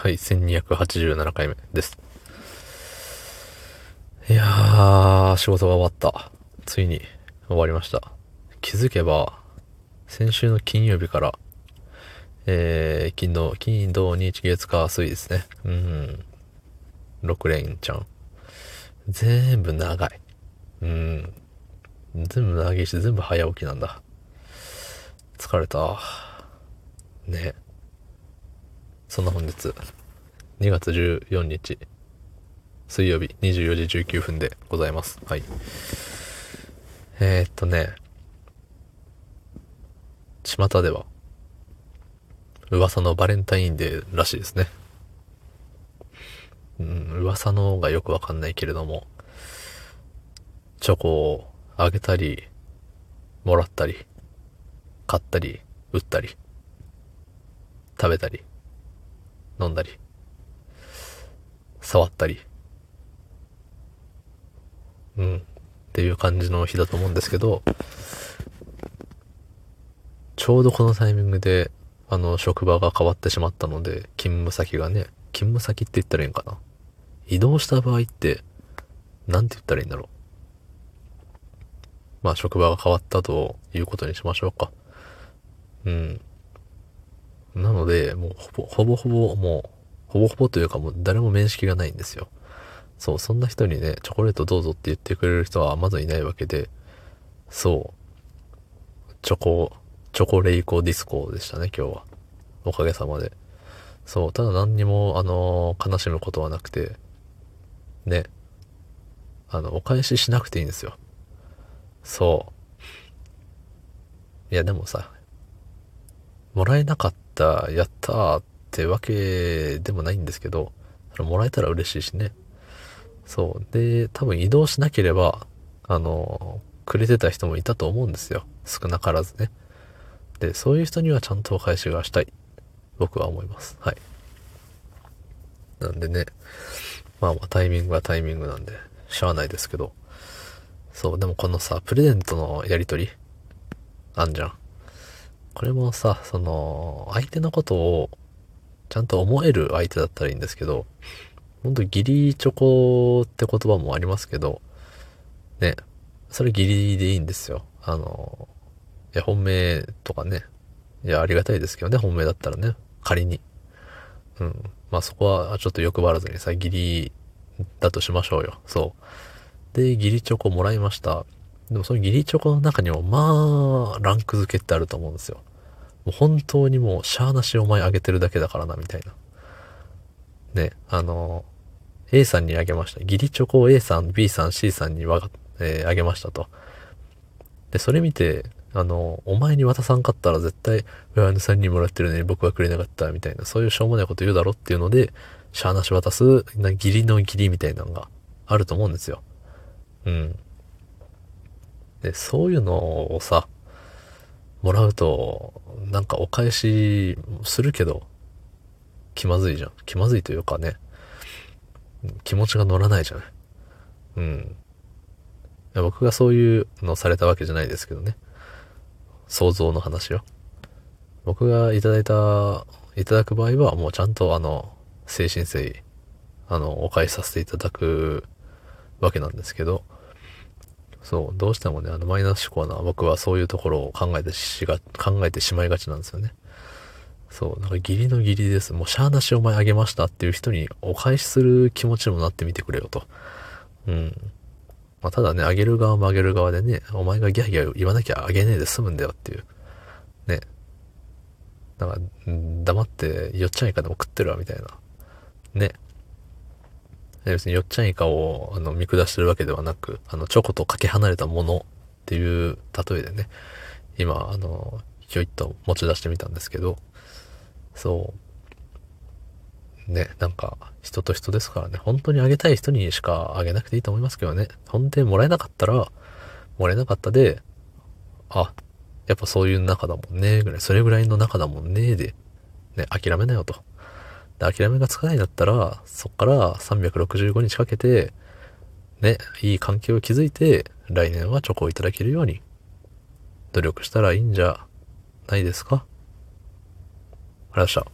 はい、1287回目です。いやー、仕事が終わった。ついに終わりました。気づけば、先週の金曜日から、金、土、日、月、火、水ですね。6連チャン。全部長い。全部長いし、全部早起きなんだ。疲れた。ね。そんな本日、2月14日、水曜日24時19分でございます。はい。ね、巷では、噂のバレンタインデーらしいですね。噂のがよくわかんないけれども、チョコをあげたり、もらったり、買ったり、売ったり、食べたり、飲んだり、触ったり、っていう感じの日だと思うんですけど、ちょうどこのタイミングで、職場が変わってしまったので、勤務先がね、勤務先って言ったらいいんかな。移動した場合って、なんて言ったらいいんだろう。まあ、職場が変わったということにしましょうか。うん。なので、もうほぼほぼというかもう誰も面識がないんですよ。そう、そんな人にね、チョコレートどうぞって言ってくれる人はまずいないわけで、そう、チョコレイコディスコでしたね、今日は。おかげさまで。そう、ただ何にも、悲しむことはなくて、ね、お返ししなくていいんですよ。そう。いや、でもさ、もらえなかった、やったーってわけでもないんですけど、もらえたら嬉しいしね。そう。で、多分移動しなければ、くれてた人もいたと思うんですよ。少なからずね。で、そういう人にはちゃんとお返しがしたい。僕は思います。はい。なんでね、まあまあタイミングはタイミングなんで、しゃあないですけど。そう、でもこのさ、プレゼントのやりとり、あんじゃん。これもさ、相手のことをちゃんと思える相手だったらいいんですけど、ほんと義理チョコって言葉もありますけど、ね、それ義理でいいんですよ。いや、本命とかね。いや、ありがたいですけどね、本命だったらね。仮に。うん。まあそこはちょっと欲張らずにさ、義理だとしましょうよ。そう。で、義理チョコもらいました。でもその義理チョコの中にも、まあ、ランク付けってあると思うんですよ。もう本当にもう、しゃーなしお前あげてるだけだからな、みたいな。ね、A さんにあげました。義理チョコを A さん、B さん、C さんにあげましたと。で、それ見て、お前に渡さんかったら絶対、親のさんにもらってるのに僕はくれなかった、みたいな、そういうしょうもないこと言うだろっていうので、しゃーなし渡す、義理の義理みたいなのがあると思うんですよ。うん。で、そういうのをさ、もらうと、なんかお返しするけど、気まずいじゃん。気まずいというかね、気持ちが乗らないじゃない。うん。いや僕がそういうのされたわけじゃないですけどね。想像の話よ。僕がいただく場合はもうちゃんと誠心誠意、お返しさせていただくわけなんですけど、そう、どうしてもね、マイナス思考な僕はそういうところを考えてしまいがちなんですよね。そう、なんか義理の義理です。もうしゃーなしお前あげましたっていう人にお返しする気持ちにもなってみてくれよと。うん。まあ、ただね、あげる側もあげる側でね、お前がギャーギャー言わなきゃあげねえで済むんだよっていう。ね。だから、黙ってよっちゃんイカでも食ってるわみたいな。ね。別によっちゃんイカを見下してるわけではなく、チョコとかけ離れたものっていう例えでね、今、ひょいっと持ち出してみたんですけど、そう。ね、なんか、人と人ですからね、本当にあげたい人にしかあげなくていいと思いますけどね。本当にもらえなかったら、もらえなかったで、あ、やっぱそういう仲だもんね、ぐらい、それぐらいの仲だもんね、で、ね、諦めなよと。で諦めがつかないんだったら、そっから365日かけて、ね、いい関係を築いて、来年はチョコをいただけるように、努力したらいいんじゃないですか。ありがとうございました。